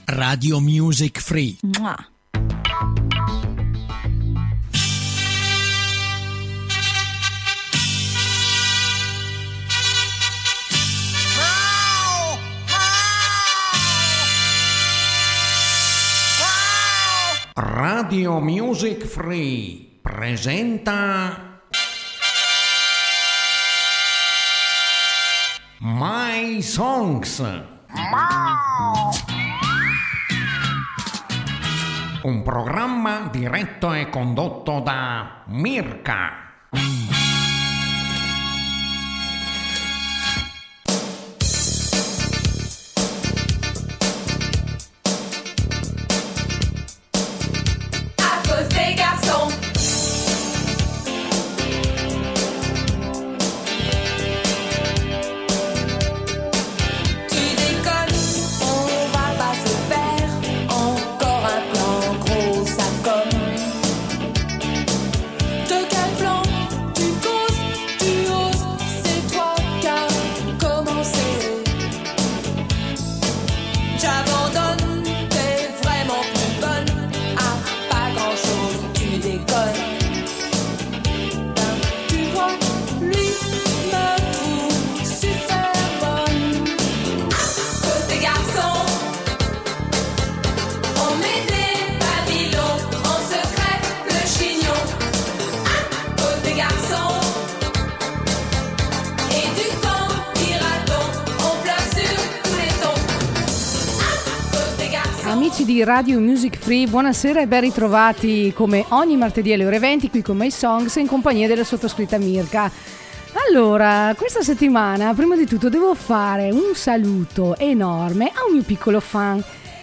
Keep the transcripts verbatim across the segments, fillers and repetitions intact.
Radio Music Free. Mua. Radio Music Free presenta My Songs. Un programma diretto e condotto da Mirka. Amici di Radio Music Free, buonasera e ben ritrovati come ogni martedì alle ore venti qui con My Songs in compagnia della sottoscritta Mirka. Allora, questa settimana prima di tutto devo fare un saluto enorme a un mio piccolo fan,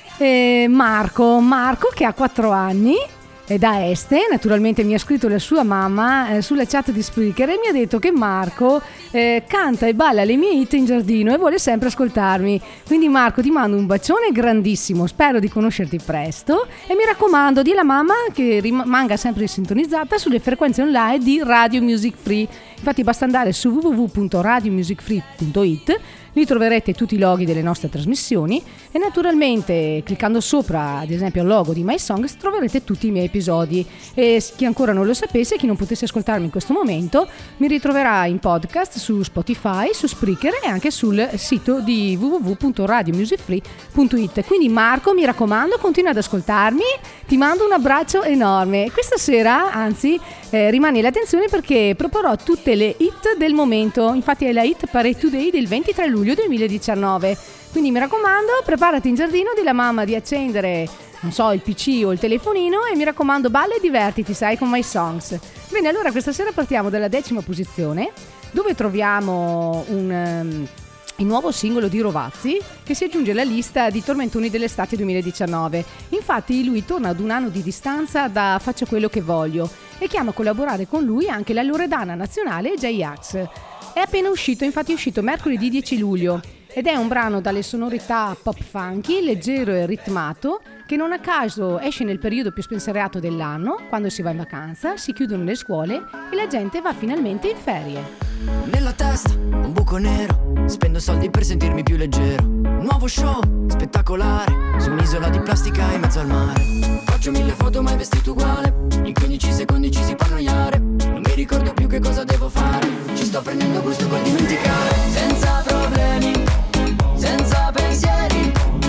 eh, Marco, Marco che ha quattro anni. È da Este, naturalmente mi ha scritto la sua mamma eh, sulla chat di Spreaker e mi ha detto che Marco eh, canta e balla le mie hit in giardino e vuole sempre ascoltarmi. Quindi Marco, ti mando un bacione grandissimo, spero di conoscerti presto e mi raccomando di alla mamma che rimanga sempre sintonizzata sulle frequenze online di Radio Music Free. Infatti basta andare su w w w punto radio music free punto i t, lì troverete tutti i loghi delle nostre trasmissioni e naturalmente cliccando sopra ad esempio al logo di My Songs troverete tutti i miei episodi. E chi ancora non lo sapesse, chi non potesse ascoltarmi in questo momento, mi ritroverà in podcast su Spotify, su Spreaker e anche sul sito di w w w punto radio music free punto i t. Quindi Marco, mi raccomando, continua ad ascoltarmi, ti mando un abbraccio enorme. Questa sera anzi eh, rimani all'attenzione perché proporrò tutte le hit del momento. Infatti è la Hit Parade Today del ventitré luglio duemiladiciannove. Quindi mi raccomando, preparati in giardino, di la mamma di accendere, non so, il pi ci o il telefonino e mi raccomando balla e divertiti, sai, con My Songs. Bene, allora questa sera partiamo dalla decima posizione dove troviamo un... Um, il nuovo singolo di Rovazzi che si aggiunge alla lista di tormentoni dell'estate duemiladiciannove. Infatti lui torna ad un anno di distanza da Faccio quello che voglio e chiama a collaborare con lui anche la loredana nazionale J-Ax. È appena uscito, infatti è uscito mercoledì dieci luglio ed è un brano dalle sonorità pop funky, leggero e ritmato che non a caso esce nel periodo più spensierato dell'anno, quando si va in vacanza, si chiudono le scuole e la gente va finalmente in ferie. Nella testa un buco nero, spendo soldi per sentirmi più leggero. Nuovo show spettacolare su un'isola di plastica in mezzo al mare. Faccio mille foto mai vestito uguale, in quindici secondi ci si può annoiare. Non mi ricordo più che cosa devo fare, ci sto prendendo gusto col dimenticare. Senza problemi, senza pensieri,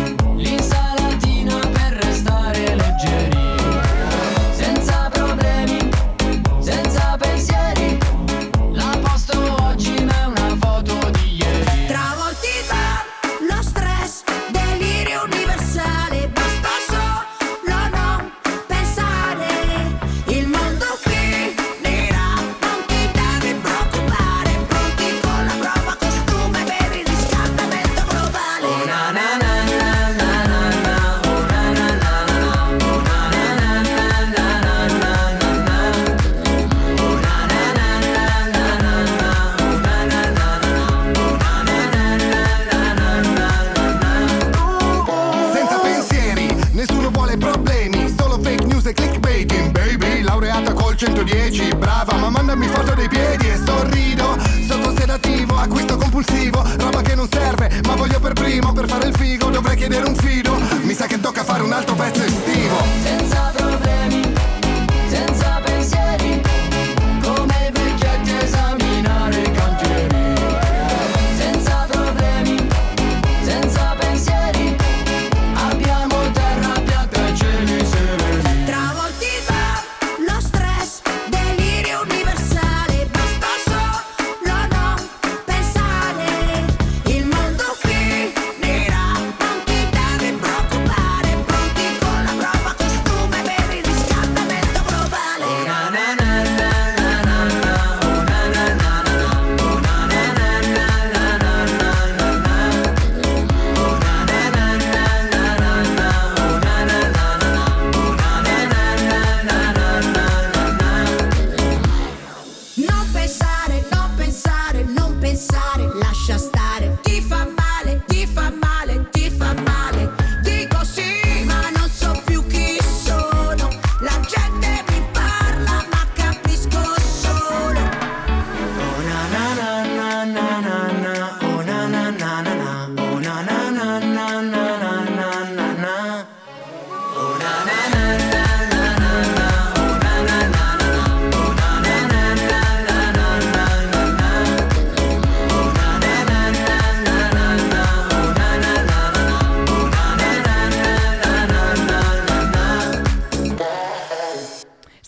l'insalatina per restare leggeri. Senza problemi, senza pensieri, la posto oggi ma è una foto di ieri. Travolti dallo stress, delirio universale, basta solo non pensare, il mondo finirà, non ti devi preoccupare, pronti con la prova costume per il riscaldamento globale. Oh na na na na na na na, oh na na na na, oh na na na na na na na na, oh na na na na na na na, oh na na na na, oh na na na na na na. Senza pensieri, nessuno vuole problemi, solo fake news e clickbaiting, baby. Laureata col centodieci, brava, ma mandami foto dei piedi e sorrido. Sotto sedativo, acquisto compulsivo, roba che non serve, ma voglio per primo, per fare il figo dovrei chiedere un fido. Mi sa che do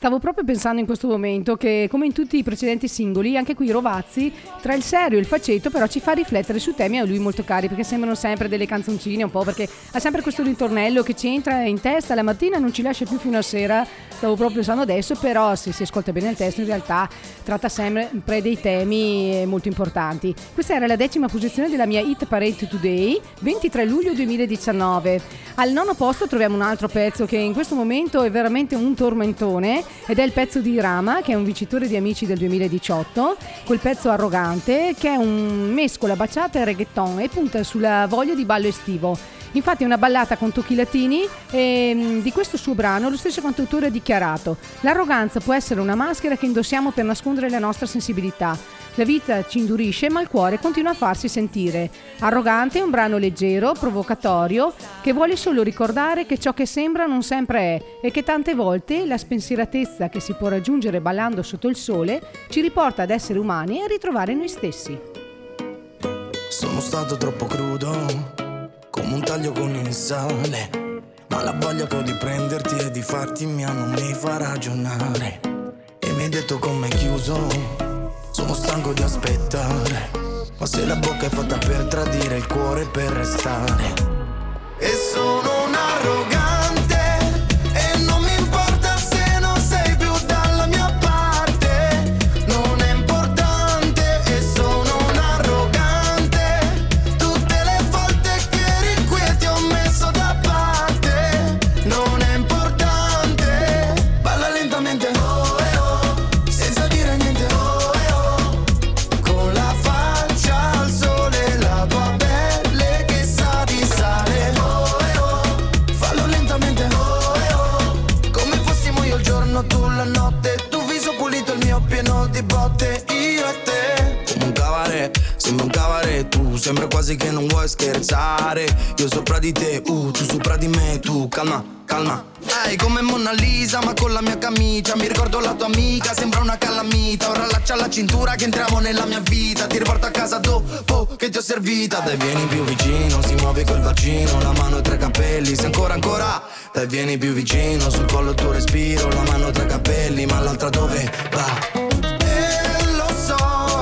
Stavo proprio pensando in questo momento che, come in tutti i precedenti singoli, anche qui Rovazzi, tra il serio e il faceto, però ci fa riflettere su temi a lui molto cari, perché sembrano sempre delle canzoncine un po', perché ha sempre questo ritornello che ci entra in testa la mattina e non ci lascia più fino a sera. Stavo proprio pensando adesso, però se si ascolta bene il testo in realtà tratta sempre dei temi molto importanti. Questa era la decima posizione della mia Hit Parade Today, ventitré luglio duemiladiciannove. Al nono posto troviamo un altro pezzo che in questo momento è veramente un tormentone, ed è il pezzo di Rama, che è un vincitore di Amici del duemiladiciotto, quel pezzo Arrogante, che è un mescola baciata e reggaeton e punta sulla voglia di ballo estivo. Infatti è una ballata con tocchi latini e di questo suo brano lo stesso cantautore ha dichiarato: l'arroganza può essere una maschera che indossiamo per nascondere la nostra sensibilità. La vita ci indurisce ma il cuore continua a farsi sentire. Arrogante è un brano leggero, provocatorio, che vuole solo ricordare che ciò che sembra non sempre è e che tante volte la spensieratezza che si può raggiungere ballando sotto il sole ci riporta ad essere umani e a ritrovare noi stessi. Sono stato troppo crudo, come un taglio con il sale, ma la voglia che ho di prenderti e di farti mia non mi fa ragionare. E mi hai detto come chiuso, sono stanco di aspettare, ma se la bocca è fatta per tradire, il cuore per restare. E sono un arrogante e non mi importa se non sei più dalla mia parte, non è importante. E sono un arrogante, tutte le volte che eri qui e ti ho messo da parte, non è importante. Balla lentamente, oh eh oh, senza dire niente, oh eh oh, con la faccia al sole, la tua pelle che sa di sale, oh eh oh, fallo lentamente, oh eh oh, come fossimo io il giorno, tu la notte, tu viso pulito, il mio pieno di botte, io e te. Come un cabaret, sembra un cabaret, tu sembra quasi che non vuoi scherzare. Io sopra di te, uh, tu sopra di me, tu calma, calma. Ehi, come Mona Lisa, ma con la mia camicia. Mi ricordo la tua amica, sembra una calamita. Ora allaccia la cintura che entriamo nella mia vita. Ti riporto a casa dopo che ti ho servita. Dai, vieni più vicino, si muove col bacino, la mano tra i capelli. Se ancora, ancora, dai, vieni più vicino, sul collo il tuo respiro, la mano tra i capelli, ma l'altra dove va? E lo so,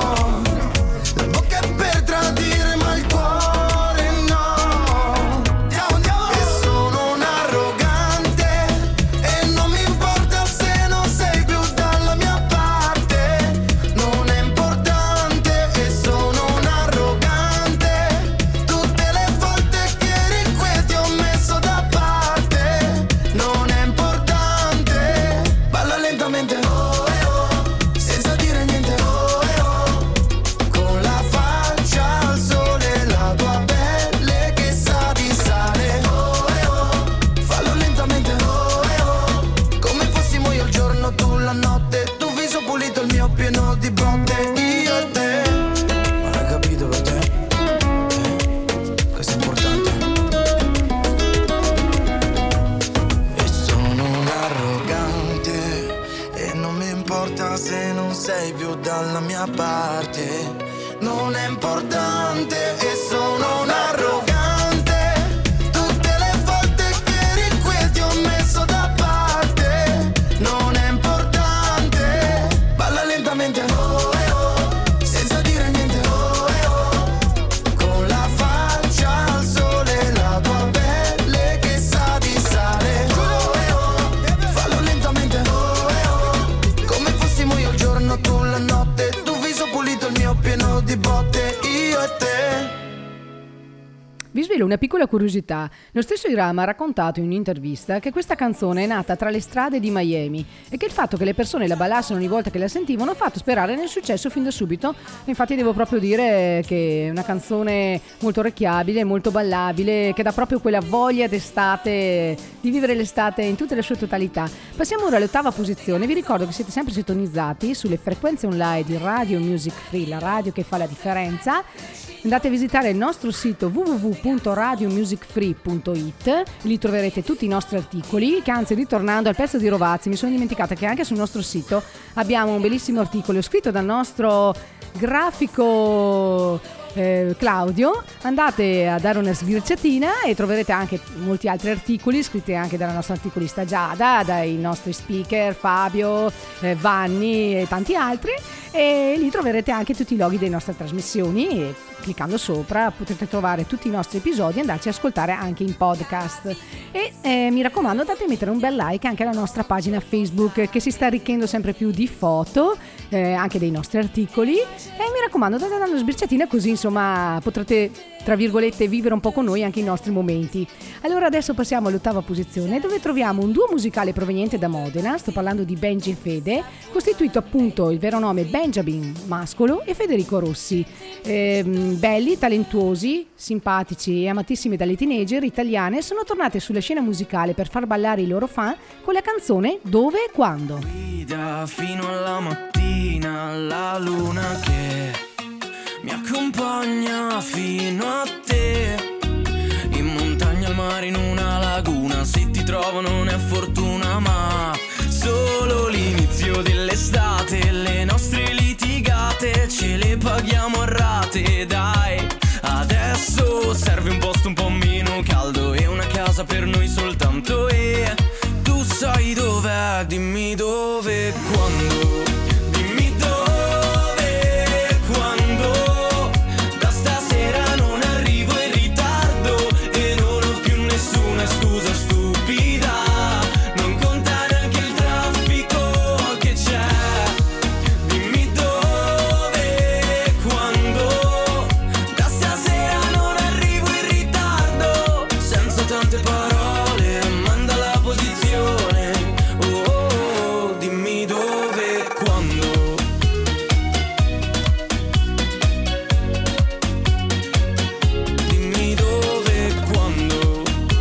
la bocca è per tradire, ma il cuore no. Andiamo, andiamo. E sono un arrogante e non mi importa se non sei più dalla mia parte, non è importante. E sono un arrogante, tutte le volte che eri qui e ti ho messo da parte, non è importante. Balla lentamente, oh eh oh, senza dire niente, oh eh oh, con la faccia al sole, la tua pelle che sa di sale, oh eh oh, fallo lentamente, oh eh oh, come fossimo io il giorno, tu la notte, tu viso pulito, il mio pieno di botte, io e te. Ma l'hai capito per te? Eh, questo è importante. E sono un arrogante e non mi importa se non sei più dalla mia parte, non è importante. E sono un arrogante, tutte le volte che eri qui e ti ho messo da parte, non è importante. Balla lentamente, oh eh oh, senza dire niente, oh eh oh, con la faccia al sole, la tua pelle che sa di sale, oh eh oh, fallo lentamente, oh eh oh, come fossimo io il giorno, tu la notte, tu viso pulito, il mio pieno di botte, io e te. Vi svelo una piccola curiosità. Lo stesso Irama ha raccontato in un'intervista che questa canzone è nata tra le strade di Miami e che il fatto che le persone la ballassero ogni volta che la sentivano ha fatto sperare nel successo fin da subito. Infatti devo proprio dire che è una canzone molto orecchiabile, molto ballabile, che dà proprio quella voglia d'estate, di vivere l'estate in tutte le sue totalità. Passiamo ora all'ottava posizione. Vi ricordo che siete sempre sintonizzati sulle frequenze online di Radio Music Free, la radio che fa la differenza. Andate a visitare il nostro sito w w w punto radio music free punto i t, lì troverete tutti i nostri articoli, che anzi, ritornando al pezzo di Rovazzi, mi sono dimenticata che anche sul nostro sito abbiamo un bellissimo articolo scritto dal nostro grafico eh, Claudio, andate a dare una sbirciatina e troverete anche molti altri articoli scritti anche dalla nostra articolista Giada, dai nostri speaker Fabio, eh, Vanni e tanti altri, e lì troverete anche tutti i loghi delle nostre trasmissioni e cliccando sopra potrete trovare tutti i nostri episodi e andarci a ascoltare anche in podcast. E eh, mi raccomando, date a mettere un bel like anche alla nostra pagina Facebook, che si sta arricchendo sempre più di foto, eh, anche dei nostri articoli, e mi raccomando, date una sbirciatina, così insomma potrete, tra virgolette, vivere un po' con noi anche i nostri momenti. Allora adesso passiamo all'ottava posizione, dove troviamo un duo musicale proveniente da Modena. Sto parlando di Benji e Fede, costituito appunto il vero nome Benjamin Mascolo e Federico Rossi. Eh, belli, talentuosi, simpatici e amatissimi dalle teenager italiane, sono tornate sulla scena musicale per far ballare i loro fan con la canzone Dove e Quando. Guida fino alla mattina, la luna che mi accompagna fino a te, in montagna, al mare, in una laguna. Se ti trovo non è fortuna ma solo l'inizio dell'estate. Le nostre litigate ce le paghiamo a rate, dai. Adesso serve un posto un po' meno caldo e una casa per noi soltanto, e tu sai dov'è, dimmi dove e quando. Dimmi dove e quando. Da stasera non arrivo in ritardo e non ho più nessuna scusa stupida. Non conta neanche il traffico che c'è. Dimmi dove e quando. Da stasera non arrivo in ritardo. Senza tante parole, manda la posizione. Oh, oh, oh, dimmi dove e quando. Dimmi dove e quando.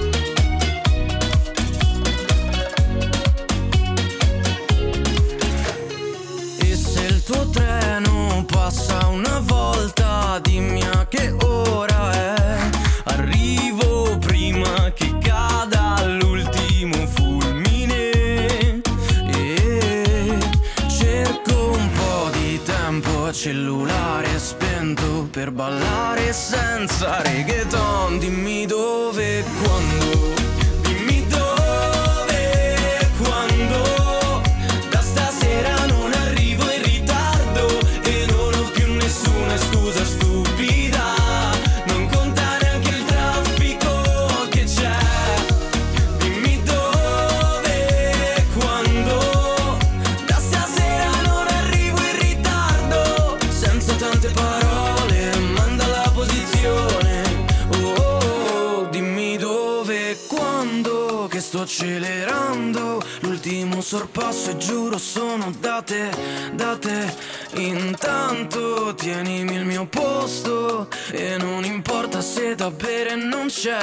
E se il tuo treno passa una volta, dimmi a che ora è. Arrivo prima che cada l'ultimo fulmine e cerco un po' di tempo, cellulare spento, per ballare senza reggaeton. Dimmi dove e quando. Dimmi dove e quando. Da stasera non arrivo in ritardo e non ho più nessuna scusa stupida. Non conta neanche il traffico che c'è. Dimmi dove e quando. Da stasera non arrivo in ritardo. Senza tante parole, manda la posizione. Oh, oh, oh, dimmi dove e quando. Che sto accelerando l'ultimo sorpasso e giuro sono date, date. Intanto tienimi il mio posto e non importa se da bere non c'è.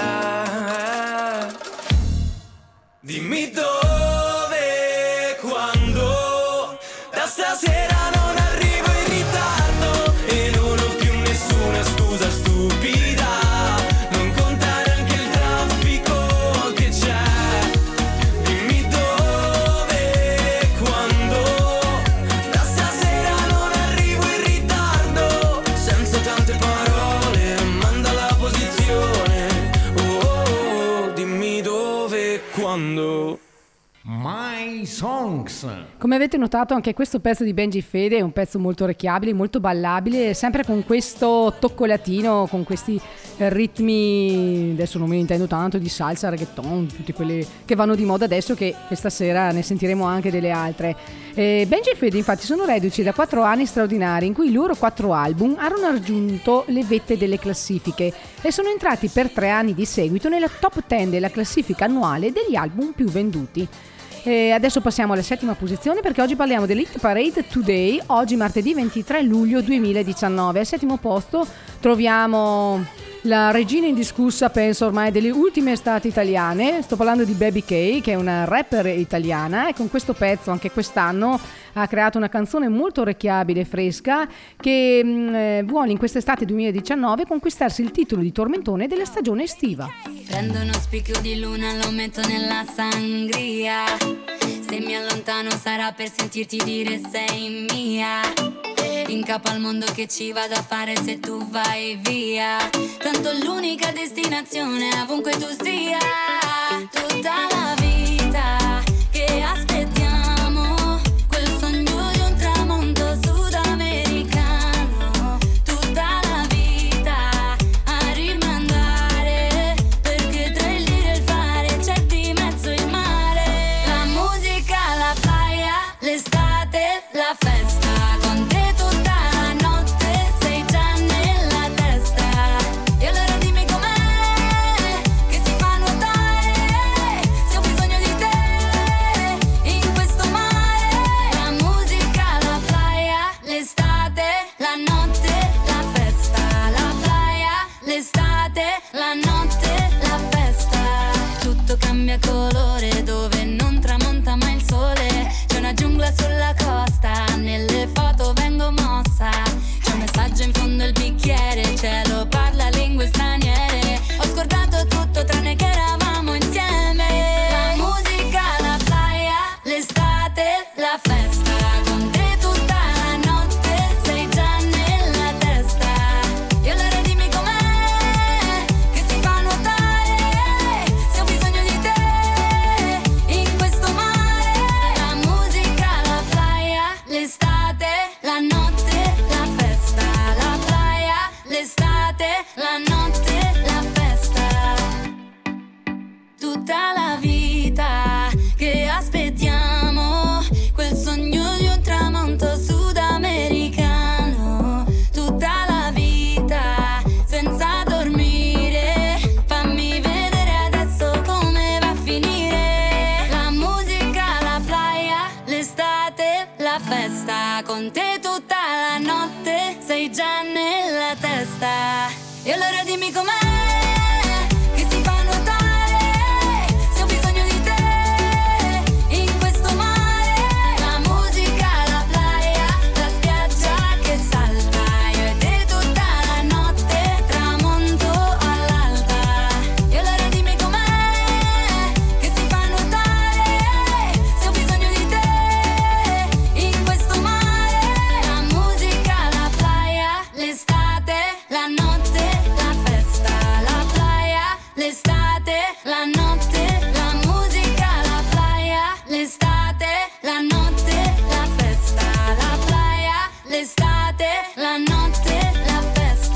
Dimmi dove e quando. Da stasera non arrivo in ritardo e non ho più nessuna scusa stupida. Non conta neanche il traffico che c'è. Dimmi dove e quando. Da stasera non arrivo in ritardo. Senza tante parole, manda la posizione. Oh, oh, oh, dimmi dove e quando. My Songs. Come avete notato, anche questo pezzo di Benji Fede è un pezzo molto orecchiabile, molto ballabile, sempre con questo tocco latino, con questi ritmi, adesso non me ne intendo tanto, di salsa, reggaeton, tutti quelli che vanno di moda adesso, che questa sera ne sentiremo anche delle altre. Eh, Benji e Fede infatti sono reduci da quattro anni straordinari in cui i loro quattro album hanno raggiunto le vette delle classifiche e sono entrati per tre anni di seguito nella top dieci della classifica annuale degli album più venduti. E adesso passiamo alla settima posizione, perché oggi parliamo dell'Hit Parade Today, oggi martedì ventitré luglio duemiladiciannove. Al settimo posto troviamo la regina indiscussa, penso ormai, delle ultime estate italiane. Sto parlando di Baby K, che è una rapper italiana, e con questo pezzo anche quest'anno ha creato una canzone molto orecchiabile e fresca che mh, vuole in quest'estate duemiladiciannove conquistarsi il titolo di tormentone della stagione estiva. Prendo uno spicchio di luna, lo metto nella sangria. Se mi allontano sarà per sentirti dire sei mia. In capo al mondo che ci vado a fare se tu vai via. Tanto l'unica destinazione è ovunque tu sia. Tutta la vita che aspettiamo, quel sogno di un tramonto sudamericano. Tutta la vita a rimandare, perché tra il dire e il fare c'è di mezzo il mare. La musica, la playa, l'estate, la festa. Con te tutta la notte sei già nella testa. E allora dimmi com'è che si fa nuotare, se ho bisogno di te in questo mare. La musica, la playa, l'estate, la notte, la festa. La playa, l'estate, la notte, la festa. Tutto cambia colore dove non tramonta mai il sole. C'è una giungla sulla costa, nelle foto vengo mossa. C'è un messaggio in fondo al bicchiere, il cielo parla lingue straniere. Ho scordato tutto tranne che eravamo insieme. La musica, la playa, l'estate, la festa. Con te tutta la notte sei già nella testa. E allora dimmi com'è che si fa nuotare, se ho bisogno di te in questo mare. La musica, la playa, l'estate, la notte, la festa. La playa, l'estate, la notte, la festa. Tutta la vita che aspettiamo, quel sogno di un tramonto sudamericano. Tutta la vita senza dormire, fammi vedere adesso come va a finire. La musica, la playa, l'estate, la festa. Con te tutta la notte sei già nella testa. E allora dimmi com'è che si fa nuotare, se ho bisogno di te in questo mare. La musica, la playa, la spiaggia che salta. Io e te tutta la notte, tramonto all'alba. E allora dimmi com'è che si fa nuotare, se ho bisogno di te in questo mare. La musica, la playa, l'estate, la notte, la festa. La playa, l'estate, la notte, la musica, la playa, l'estate, la notte, la festa. La playa, l'estate, la notte, la festa.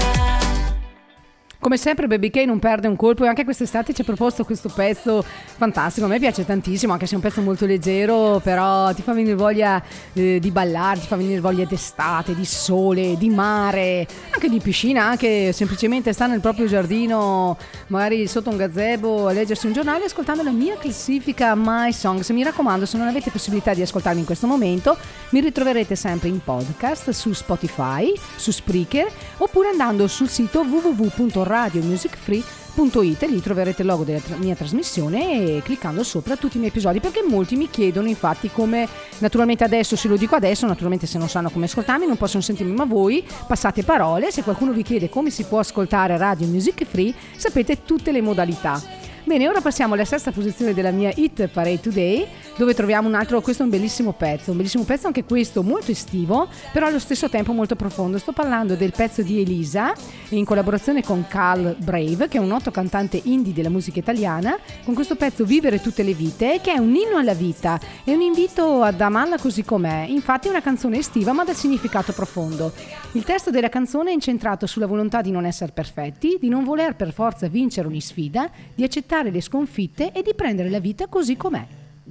Come sempre Baby K non perde un colpo e anche quest'estate ci ha proposto questo pezzo fantastico. A me piace tantissimo, anche se è un pezzo molto leggero, però ti fa venire voglia eh, di ballare, ti fa venire voglia d'estate, di sole, di mare, anche di piscina, anche semplicemente stare nel proprio giardino, magari sotto un gazebo a leggersi un giornale ascoltando la mia classifica My Songs. Mi raccomando, se non avete possibilità di ascoltarmi in questo momento, mi ritroverete sempre in podcast su Spotify, su Spreaker, oppure andando sul sito w w w punto radio music free punto it. Lì troverete il logo della tra- mia trasmissione e cliccando sopra tutti i miei episodi, perché molti mi chiedono infatti come, naturalmente adesso se lo dico adesso, naturalmente se non sanno come ascoltarmi non possono sentirmi, ma voi passate parole. Se qualcuno vi chiede come si può ascoltare Radio Music Free, sapete tutte le modalità. Bene, ora passiamo alla sesta posizione della mia Hit Parade Today, dove troviamo un altro, questo è un bellissimo pezzo, un bellissimo pezzo anche questo molto estivo, però allo stesso tempo molto profondo. Sto parlando del pezzo di Elisa, in collaborazione con Carl Brave, che è un noto cantante indie della musica italiana, con questo pezzo Vivere tutte le vite, che è un inno alla vita, è un invito ad amarla così com'è. Infatti è una canzone estiva ma dal significato profondo. Il testo della canzone è incentrato sulla volontà di non essere perfetti, di non voler per forza vincere ogni sfida, di accettare le sconfitte e di prendere la vita così com'è.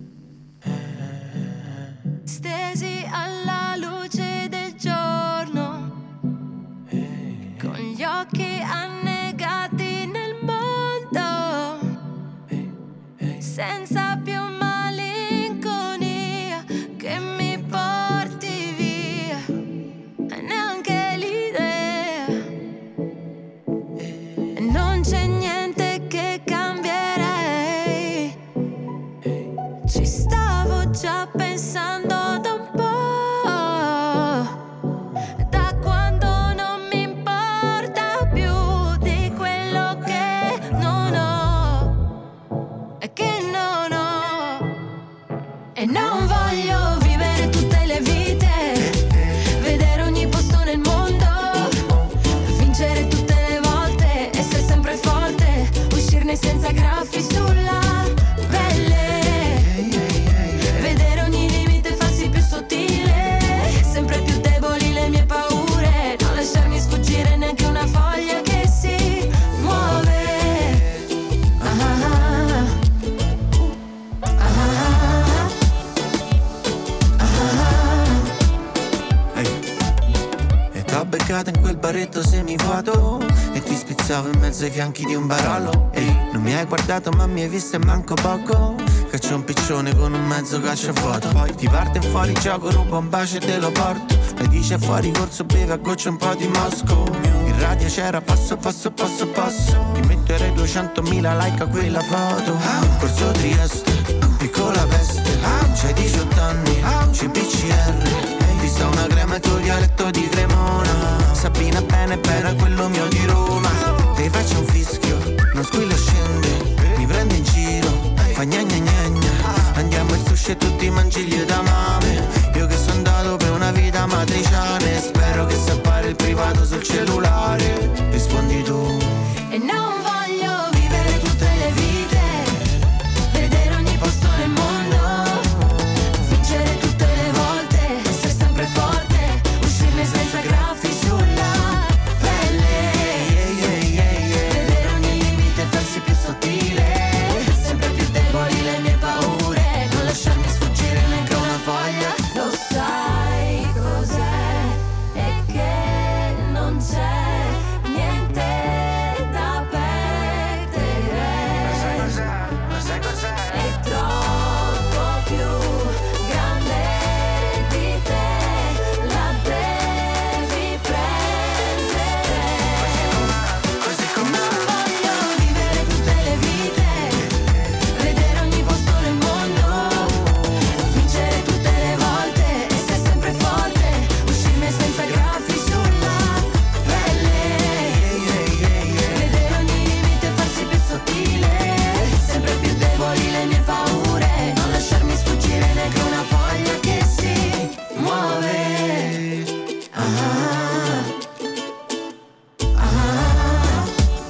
Stesi alla luce del giorno, con gli occhi annegati nel mondo, senza più malinconia che mi porti via, neanche l'idea, non c'è niente che cambierei, ci stavo già pensando da un po', da quando non mi importa più di quello che non ho e che non ho, e non voglio vivere tutte le vite, vedere ogni posto baretto semivuoto e ti spizzavo in mezzo ai fianchi di un barolo. Ehi, non mi hai guardato ma mi hai visto e manco poco. Caccio un piccione con un mezzo calcio vuoto. Poi ti parte fuori gioco, rubo un bacio e te lo porto. E dice fuori corso, beve a goccia un po' di Mosco. In radio c'era passo, passo, passo, passo. Ti metterei duecentomila like a quella foto. Corso Trieste, piccola peste. C'hai diciotto anni, C P C R. Ti sta una crema e il tuo dialetto di Cremona. Sabina bene bene, quello mio di Roma. Ti faccio un fischio, non squillo scende. Mi prende in giro, fa gna gna gna gna. Andiamo in sushi e tutti mangi gli edamame. Io che sono andato per una vita matriciana. Spero che sapere il privato sul cellulare. Rispondi tu. E non voglio vivere tutte le vite, vedere ogni posto nel mondo, vincere tutte le volte, essere sempre forte, uscirne senza graffi sulla pelle, vedere ogni limite farsi più sottile, sempre più deboli le mie paure, non lasciarmi sfuggire neanche una foglia. Lo sai cos'è? E che non c'è niente da perdere. Lo sai cos'è? È troppo più grande di te, la devi prendere. Non voglio vivere tutte le vite, vedere ogni posto nel mondo, vincere tutte le volte, essere sempre forte, uscirne senza graffi sulla pelle, vedere ogni limite farsi più sottile, sempre più deboli le mie paure, non lasciarmi sfuggire neanche una foglia che si muove. Ah, ah,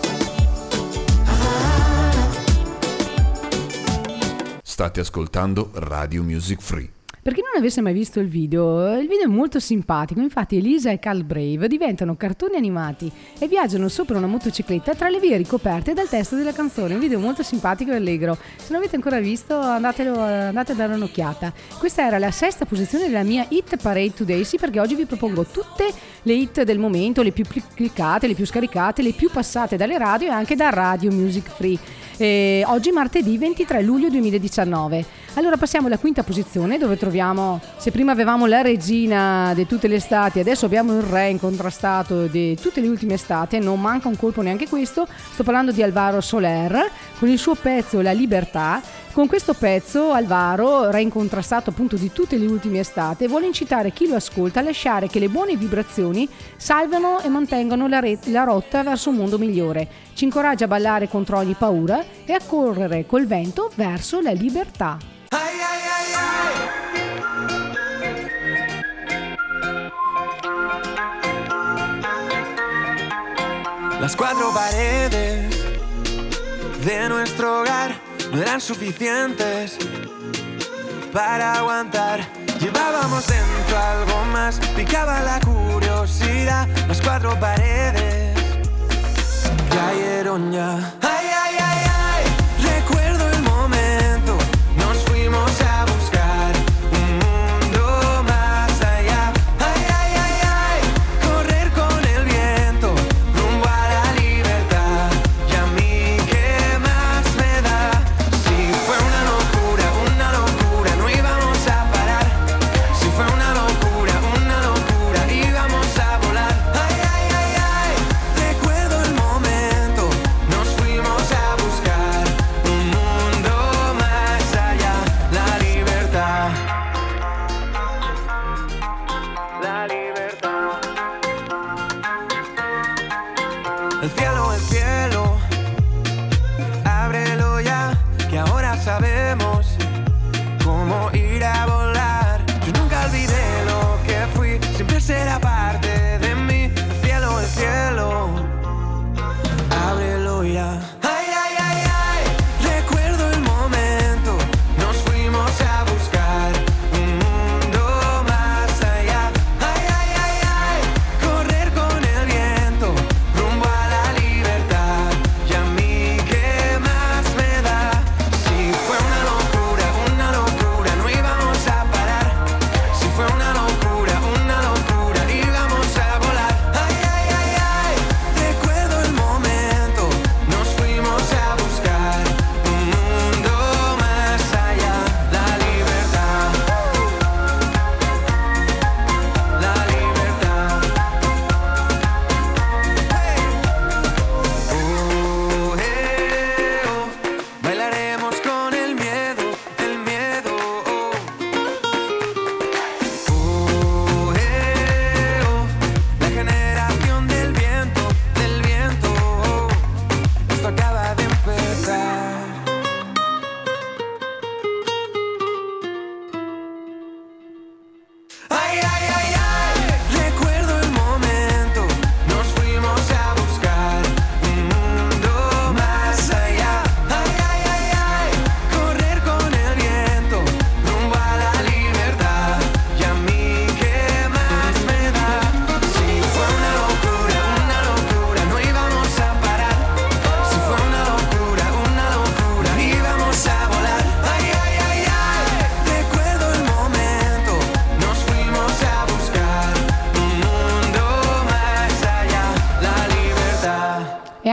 State ascoltando Radio Music Free. Per chi non avesse mai visto il video, il video è molto simpatico. Infatti Elisa e Carl Brave diventano cartoni animati e viaggiano sopra una motocicletta tra le vie ricoperte dal testo della canzone. Un video molto simpatico e allegro. Se non avete ancora visto, andatelo, andate a dare un'occhiata. Questa era la sesta posizione della mia Hit Parade Today, sì, perché oggi vi propongo tutte le hit del momento, le più cliccate, le più scaricate, le più passate dalle radio e anche da Radio Music Free. E oggi martedì ventitré luglio duemiladiciannove. Allora passiamo alla quinta posizione, dove troviamo, se prima avevamo la regina di tutte le estati, adesso abbiamo il re incontrastato di tutte le ultime estate, non manca un colpo neanche questo. Sto parlando di Alvaro Soler con il suo pezzo La Libertà. Con questo pezzo Alvaro, re incontrastato appunto di tutte le ultime estate, vuole incitare chi lo ascolta a lasciare che le buone vibrazioni salvano e mantengano la, re- la rotta verso un mondo migliore. Ci incoraggia a ballare contro ogni paura e a correre col vento verso la libertà. Las cuatro paredes de nuestro hogar no eran suficientes para aguantar. Llevábamos dentro algo más, picaba la curiosidad. Las cuatro paredes cayeron ya. Ay, ay, ay, ay, recuerdo el momento. Nos fuimos a buscar un mundo más allá. Ay, ay, ay, ay, correr con el viento rumbo a la libertad. Y a mí qué más me da. Si fue una locura, una locura, no íbamos a parar. Si fue una locura, una locura, íbamos a volar. Ay, ay, ay, ay, recuerdo el momento. Nos fuimos a buscar un mundo más allá. La libertad. La libertad. El cielo, el cielo, ábrelo ya, que ahora sabemos cómo ir a volar. Yo nunca olvidé lo que fui, siempre será parte de mí. El cielo, el cielo, ábrelo ya. Ay, ay, ay, ay, recuerdo el momento. Nos fuimos a buscar un mundo más allá. Ay, ay, ay, ay, correr con el viento rumbo a la libertad. Y a mí qué más me da. Si fue una locura, una locura, no íbamos a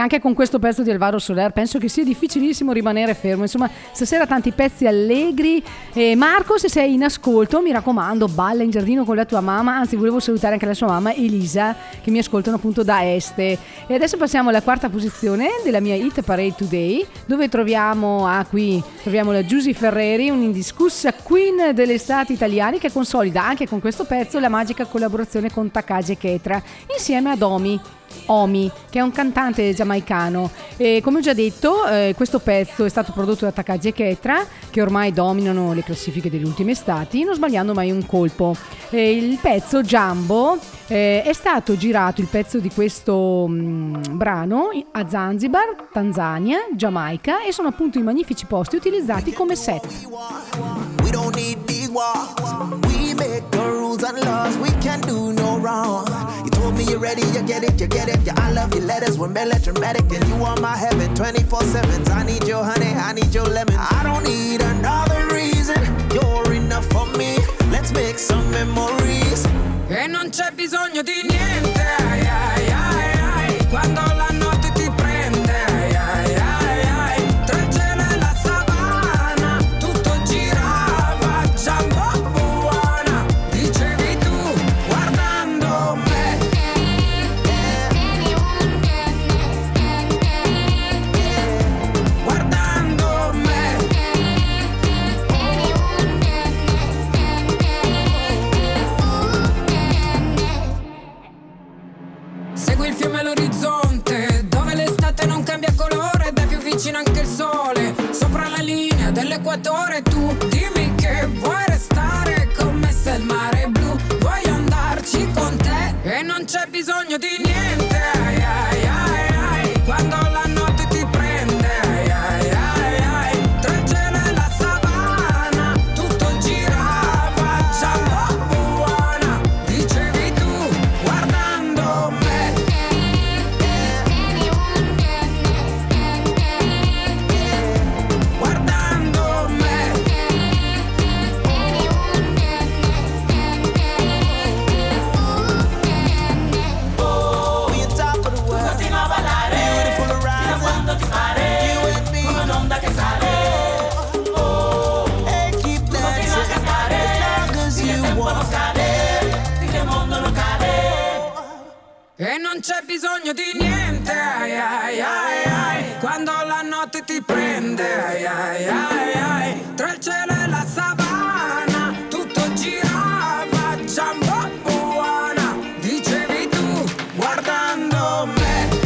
anche con questo pezzo di Alvaro Soler penso che sia difficilissimo rimanere fermo. Insomma, stasera tanti pezzi allegri. E Marco, se sei in ascolto, mi raccomando, balla in giardino con la tua mamma. Anzi, volevo salutare anche la sua mamma Elisa, che mi ascoltano appunto da Este. E adesso passiamo alla quarta posizione della mia Hit Parade Today, dove troviamo, ah qui, troviamo la Giusy Ferreri, un'indiscussa queen dell'estate italiani, che consolida anche con questo pezzo la magica collaborazione con Takagi Ketra, insieme ad Omi. Omi, che è un cantante giamaicano. E come ho già detto, eh, questo pezzo è stato prodotto da Takagi e Ketra, che ormai dominano le classifiche degli ultimi estati, non sbagliando mai un colpo. E il pezzo Jumbo eh, è stato girato, il pezzo di questo mh, brano, a Zanzibar, Tanzania, Giamaica, e sono appunto i magnifici posti utilizzati come set. We don't need these walls. We make the rules and laws. We can do no wrong. You told me you're ready, you get it, you get it. Yeah, I love your letters, we're melodramatic, and you are my heaven, twenty-four seven. I need your honey, I need your lemon. I don't need another reason. You're enough for me. Let's make some memories. E non c'è bisogno di niente, ai, ai, ai, ai. Quando la notte ti prende, ai, ai, ai, ai. Tra il cielo e la savana, tutto girava, Jumbo buona, dicevi tu, guardando me. Guardando me. Segui il fiume all'orizzonte, dove l'estate non cambia colore ed è più vicino anche il sole. Sopra la linea dell'equatore tu dimmi che vuoi restare con me se il mare è blu. Vuoi andarci con te e non c'è bisogno di niente, ai, ai, ai, ai. Quando la notte ti prende, ai, ai, ai, ai. Tra il cielo e la savana, tutto girava, Jumbo buona, dicevi tu, guardando me. Guardando me. Oh, we on top of the world. Continua a ballare, Beautiful horizon. fino a quando ti pare, You and me. come un'onda che sale. Oh, Hey, keep continua a dancing cantare, as long as finché il you tempo non want. scade, finché il mondo non cade. E non c'è bisogno di niente, ai, ai, ai, ai. Quando la notte ti prende, ai, ai, ai, ai. Tra il cielo e la savana, tutto girava, Jumbo buona, dicevi tu, guardando me.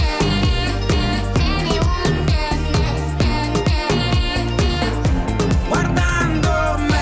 Guardando me.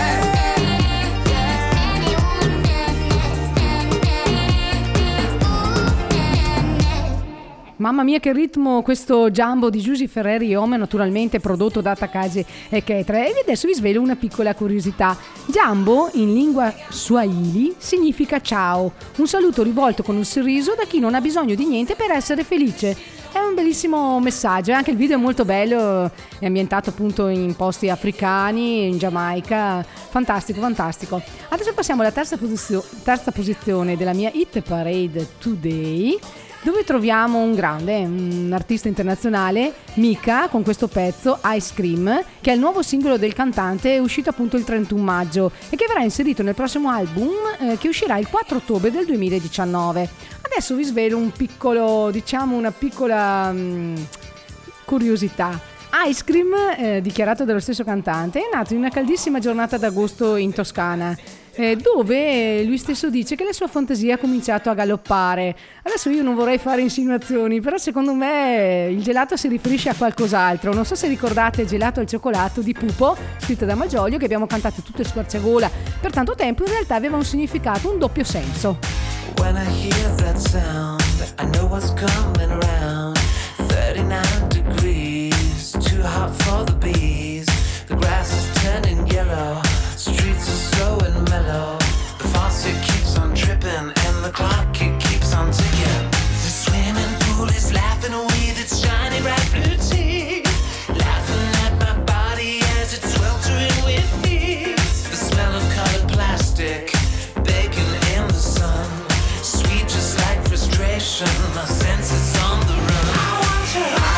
Mamma mia che ritmo questo Jumbo di Giusy Ferreri e Ome, naturalmente prodotto da Takagi e Ketra. E adesso vi svelo una piccola curiosità. Jumbo in lingua swahili significa ciao, un saluto rivolto con un sorriso da chi non ha bisogno di niente per essere felice. È un bellissimo messaggio, anche il video è molto bello, è ambientato appunto in posti africani, in Giamaica, fantastico, fantastico. Adesso passiamo alla terza, posizio- terza posizione della mia Hit Parade Today, dove troviamo un grande, un artista internazionale, Mika, con questo pezzo Ice Cream, che è il nuovo singolo del cantante, è uscito appunto il trentuno maggio e che verrà inserito nel prossimo album eh, che uscirà il quattro ottobre del duemiladiciannove. Adesso vi svelo un piccolo, diciamo una piccola mh, curiosità. Ice Cream, eh, dichiarato dallo stesso cantante, è nato in una caldissima giornata d'agosto in Toscana, eh, dove lui stesso dice che la sua fantasia ha cominciato a galoppare. Adesso io non vorrei fare insinuazioni, però secondo me il gelato si riferisce a qualcos'altro. Non so se ricordate Gelato al cioccolato di Pupo, scritta da Malgioglio, che abbiamo cantato tutte a squarciagola per tanto tempo. In realtà aveva un significato, un doppio senso. When I hear that sound, I know what's coming around. thirty-nine degrees, too hot for the bees. The grass is turning yellow, streets are slow and mellow. The faucet keeps on dripping and the clock it keeps on ticking. The swimming pool is laughing with its shiny bright blue teeth, laughing at my body as it's sweltering with heat. The smell of colored plastic, baking in the sun, sweet just like frustration. My senses on the run. I want you.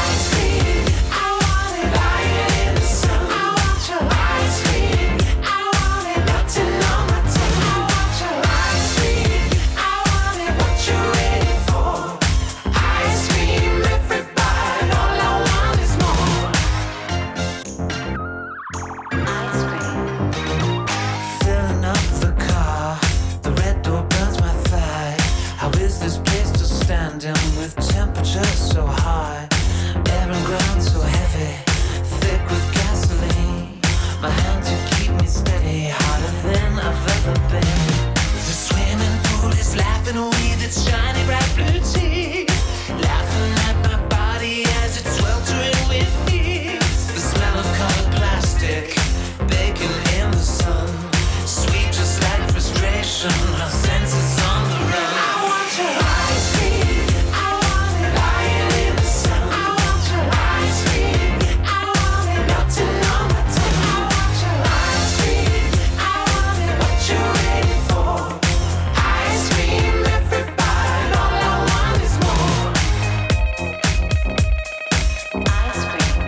just so high, air and ground so heavy, thick with gasoline. My hand to keep me steady, harder than I've ever been. The swimming pool is laughing with its shiny bright blue teeth, laughing at my body as it's sweltering with heat. The smell of colored plastic, baking in the sun, sweet just like frustration, our senses on the run. I want your ice cream, I want it lying in the sun. I want your ice cream, I want it melting on my tongue. I want your ice cream, I want it, what you waiting for? Ice cream, everybody, all I want is more. Ice cream,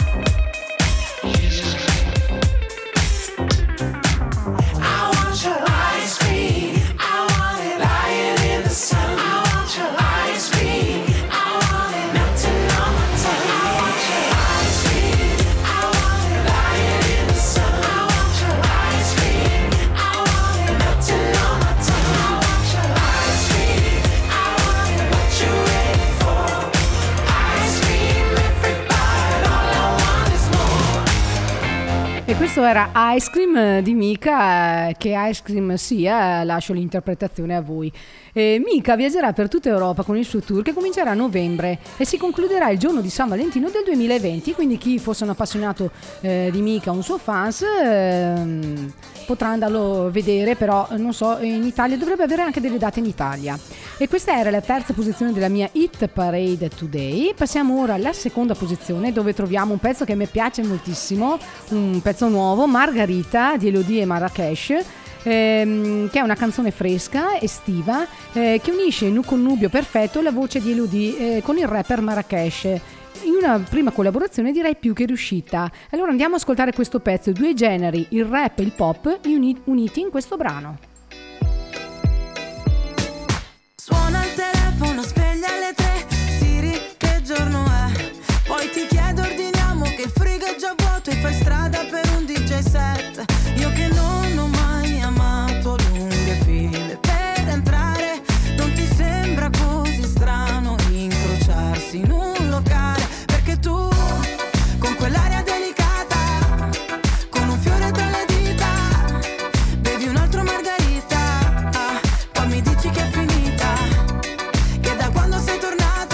I want your ice cream, I want it lying in the sun. I want your ice cream, I want it melting on my tongue. I want your ice cream, I want it lying in the sun. I want your ice cream, I want it melting on my tongue. I want your ice cream, I want it, what you waiting for? Ice cream, everybody, all I want is more. E questo era Ice Cream di Mika, che Ice Cream sia, lascio l'interpretazione a voi. Eh, Mika viaggerà per tutta Europa con il suo tour che comincerà a novembre e si concluderà il giorno di San Valentino del duemilaventi, quindi chi fosse un appassionato eh, di Mika o un suo fans ehm, potrà andarlo a vedere, però non so, in Italia dovrebbe avere anche delle date in Italia. E questa era la terza posizione della mia Hit Parade Today. Passiamo ora alla seconda posizione, dove troviamo un pezzo che a me piace moltissimo, un pezzo nuovo, Margarita di Elodie e Marrakesh, ehm, che è una canzone fresca, estiva, eh, che unisce in un connubio perfetto la voce di Elodie eh, con il rapper Marrakesh, in una prima collaborazione direi più che riuscita. Allora andiamo ad ascoltare questo pezzo, due generi, il rap e il pop, uni- uniti in questo brano. Suona il telefono, sveglia alle tre, Siri che giorno è? Poi ti chiedo, ordiniamo che il frigo è già vuoto e fai strada per un D J set. Io che non ho mai amato lunghe file per entrare, non ti sembra così strano incrociarsi in un locale? Perché tu, con quell'aria delicata, con un fiore tra le dita, bevi un altro margarita, ah, poi mi dici che è finita, che da quando sei tornato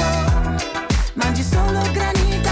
mangi solo granita,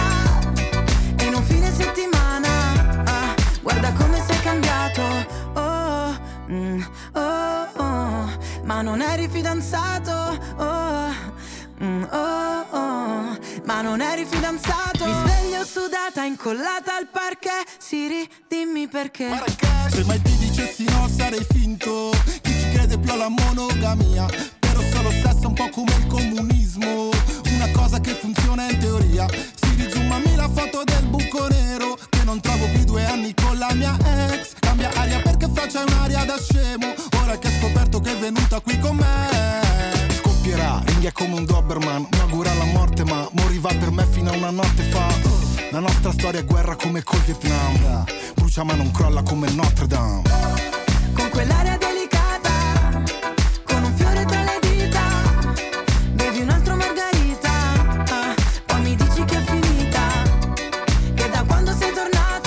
e in un fine settimana, ah, guarda come sei cambiato, oh, mm, oh, oh, ma non eri fidanzato, oh, mm, oh, oh, ma non eri fidanzato. Mi sveglio sudata, incollata al parquet, Siri dimmi perché. Se mai ti dicessi no sarei finto, chi ci crede più alla monogamia, però solo sesso un po' come il comunismo, una cosa che funziona in teoria. Siri zoomami la foto del buco nero, che non trovo più due anni con la mia ex, cambia aria perché faccia un'aria da scemo, ora che hai scoperto che è venuta qui con me. Scoppierà, ringhia come un Doberman, mi augura la morte ma moriva per me fino a una notte fa. La nostra storia è guerra come col Vietnam, brucia ma non crolla come Notre Dame. Con quell'aria delicata, con un fiore tra le dita, bevi un altro margarita, ah, poi mi dici che è finita, che da quando sei tornato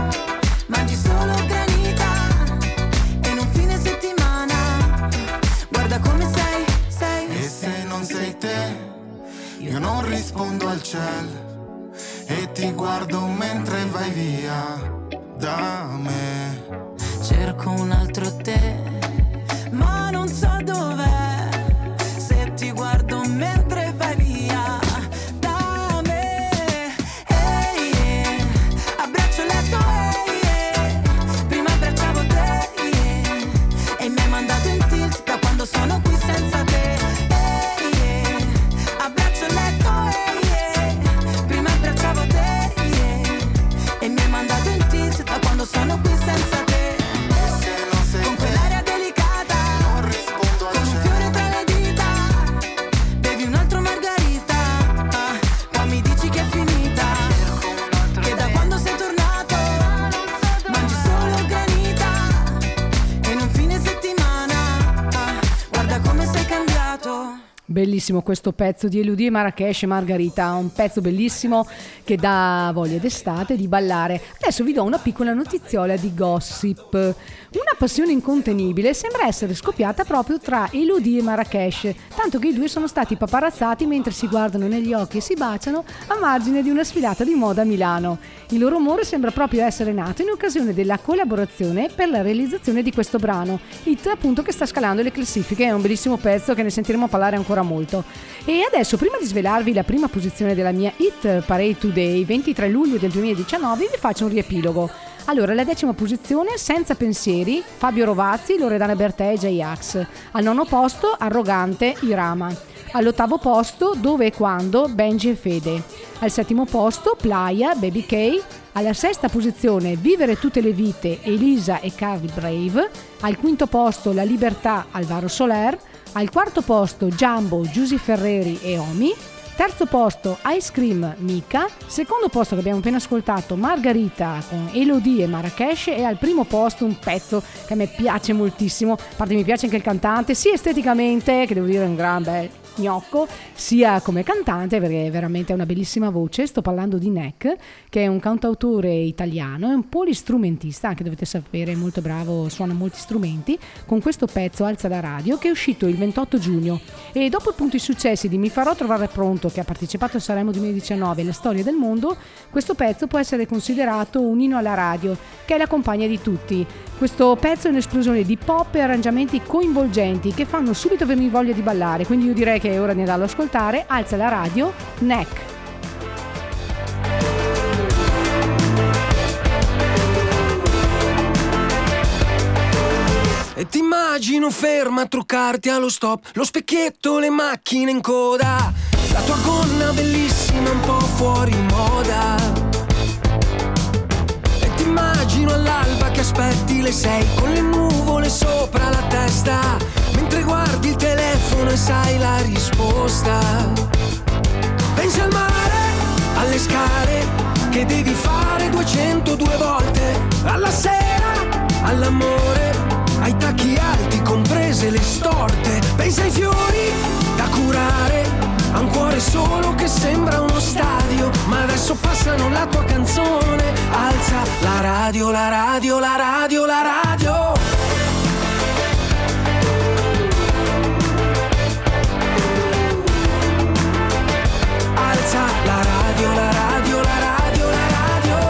mangi solo granita, e in un fine settimana guarda come sei, sei. E se non sei te, io non rispondo al cielo, e ti guardo mentre vai via da me. Cerco un altro te, ma non so dov'è, se ti guardo mentre vai via da me. Ehi, yeah. Abbraccio il letto, ehi, yeah. Prima abbracciavo te, yeah. E mi hai mandato in tilt da quando sono qui senza te. Ehi, yeah. Abbraccio il letto, ehi, yeah. Prima abbracciavo te, yeah. E mi hai mandato in tilt da quando sono qui senza te. Bellissimo questo pezzo di Elodie e Marrakesh e Margarita, un pezzo bellissimo che dà voglia d'estate di ballare. Adesso vi do una piccola notiziola di gossip. Una passione incontenibile sembra essere scoppiata proprio tra Elodie e Marrakesh, tanto che i due sono stati paparazzati mentre si guardano negli occhi e si baciano a margine di una sfilata di moda a Milano. Il loro amore sembra proprio essere nato in occasione della collaborazione per la realizzazione di questo brano, hit appunto che sta scalando le classifiche. È un bellissimo pezzo che ne sentiremo parlare ancora molto. E adesso, prima di svelarvi la prima posizione della mia Hit Parade Today, ventitré luglio del duemiladiciannove, vi faccio un riepilogo. Allora, alla decima posizione, Senza pensieri, Fabio Rovazzi, Loredana Bertè e J-Ax. Al nono posto, Arrogante, Irama. All'ottavo posto, Dove e quando, Benji e Fede. Al settimo posto, Playa, Baby K. Alla sesta posizione, Vivere tutte le vite, Elisa e Carly Brave. Al quinto posto, La libertà, Alvaro Soler. Al quarto posto, Jumbo, Giusy Ferreri e Omi. Terzo posto, Ice Cream, Mika. Secondo posto, che abbiamo appena ascoltato, Margarita con Elodie e Marrakesh. E al primo posto un pezzo che a me piace moltissimo, a parte mi piace anche il cantante, sia esteticamente, che devo dire è un gran bel gnocco, sia come cantante, perché veramente ha una bellissima voce. Sto parlando di Nek, che è un cantautore italiano, è un polistrumentista, anche dovete sapere, è molto bravo, suona molti strumenti. Con questo pezzo, Alza la radio, che è uscito il ventotto giugno, e dopo appunto i successi di Mi farò trovare pronto, che ha partecipato a Sanremo duemiladiciannove, La storia del mondo, questo pezzo può essere considerato un inno alla radio, che è la compagna di tutti. Questo pezzo è un'esplosione di pop e arrangiamenti coinvolgenti che fanno subito venire voglia di ballare, quindi io direi che è ora di andarlo ad ascoltare. Alza la radio, Nek. E ti immagino ferma a truccarti allo stop, lo specchietto, le macchine in coda, la tua gonna bellissima un po' fuori moda. E ti immagino all'alba che aspetti le sei, con le nuvole sopra la testa, mentre guardi il telefono e sai la risposta. Pensi al mare, alle scale che devi fare duecentodue volte, alla sera, all'amore, ai tacchi alti comprese le storte. Pensa ai fiori da curare, a un cuore solo che sembra uno stadio, ma adesso passano la tua canzone. Alza la radio, la radio, la radio, la radio. Alza la radio, la radio, la radio, la radio.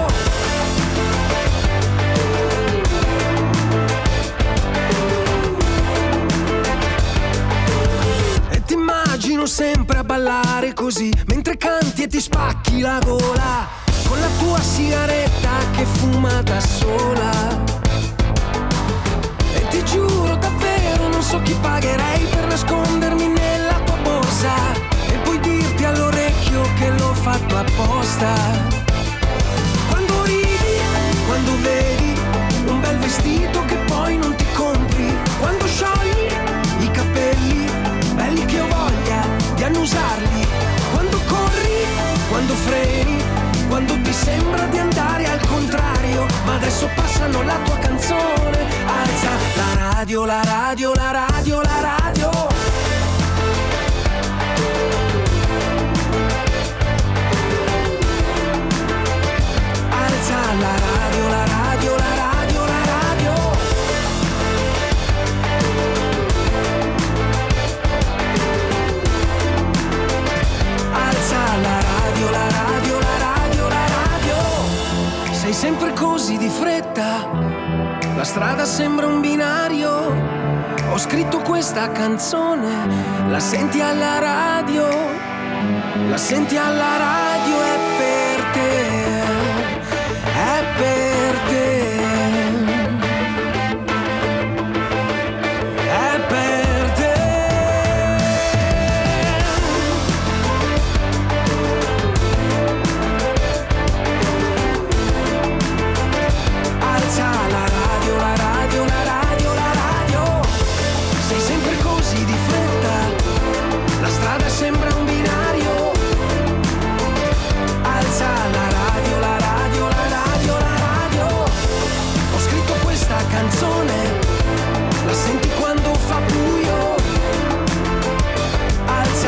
E ti immagino sempre a ballare così, mentre canti e ti spacchi la gola, con la tua sigaretta che fuma da sola. E ti giuro davvero non so chi pagherei per nascondermi nella tua borsa e poi dirti all'orecchio che l'ho fatto apposta. Quando ridi, quando vedi un bel vestito che poi non ti compri, quando sciogli i capelli belli che ho voglia di annusarli, quando corri, quando freni, quando ti sembra di andare al contrario, ma adesso passano la tua canzone. Alza la radio, la radio, la radio, la radio. Alza la radio, la radio, la radio, la radio. Alza la radio, la radio, la radio, la radio. Sei sempre così di fretta, la strada sembra un binario. Ho scritto questa canzone, la senti alla radio, la senti alla radio, è per te, è per te, è per te. Alza la radio, la radio, la radio, la radio. Sei sempre così di fretta, la strada sembra un binario. Alza la radio, la radio, la radio, la radio. Ho scritto questa canzone, la senti quando fa buio. Alza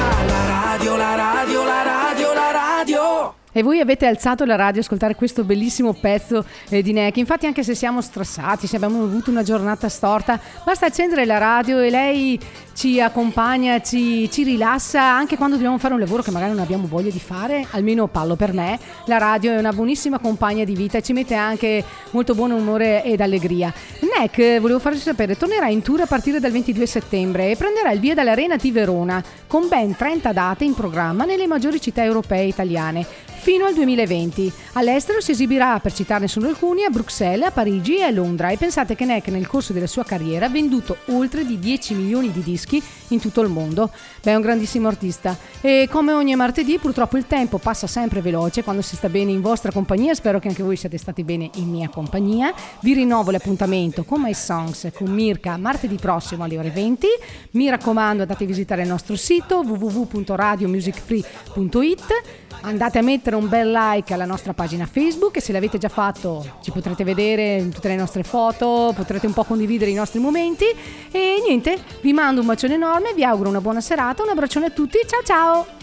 E voi avete alzato la radio a ascoltare questo bellissimo pezzo eh, di Nek. Infatti, anche se siamo stressati, se abbiamo avuto una giornata storta, basta accendere la radio e lei ci accompagna, ci, ci rilassa anche quando dobbiamo fare un lavoro che magari non abbiamo voglia di fare. Almeno parlo per me, la radio è una buonissima compagna di vita e ci mette anche molto buon umore ed allegria. Nek, volevo farci sapere, tornerà in tour a partire dal ventidue settembre e prenderà il via dall'Arena di Verona con ben trenta date in programma nelle maggiori città europee e italiane fino al duemilaventi. All'estero si esibirà, per citarne solo alcuni, a Bruxelles, a Parigi e a Londra. E pensate che Nek nel corso della sua carriera ha venduto oltre di dieci milioni di dischi in tutto il mondo. Beh, è un grandissimo artista. E come ogni martedì, purtroppo il tempo passa sempre veloce quando si sta bene in vostra compagnia. Spero che anche voi siate stati bene in mia compagnia. Vi rinnovo l'appuntamento con My Songs con Mirka martedì prossimo alle ore venti. Mi raccomando, andate a visitare il nostro sito w w w punto radio music free punto it. Andate a mettere un bel like alla nostra pagina Facebook e se l'avete già fatto ci potrete vedere tutte le nostre foto, potrete un po' condividere i nostri momenti e niente, vi mando un bacione enorme, vi auguro una buona serata, un abbraccione a tutti, ciao ciao!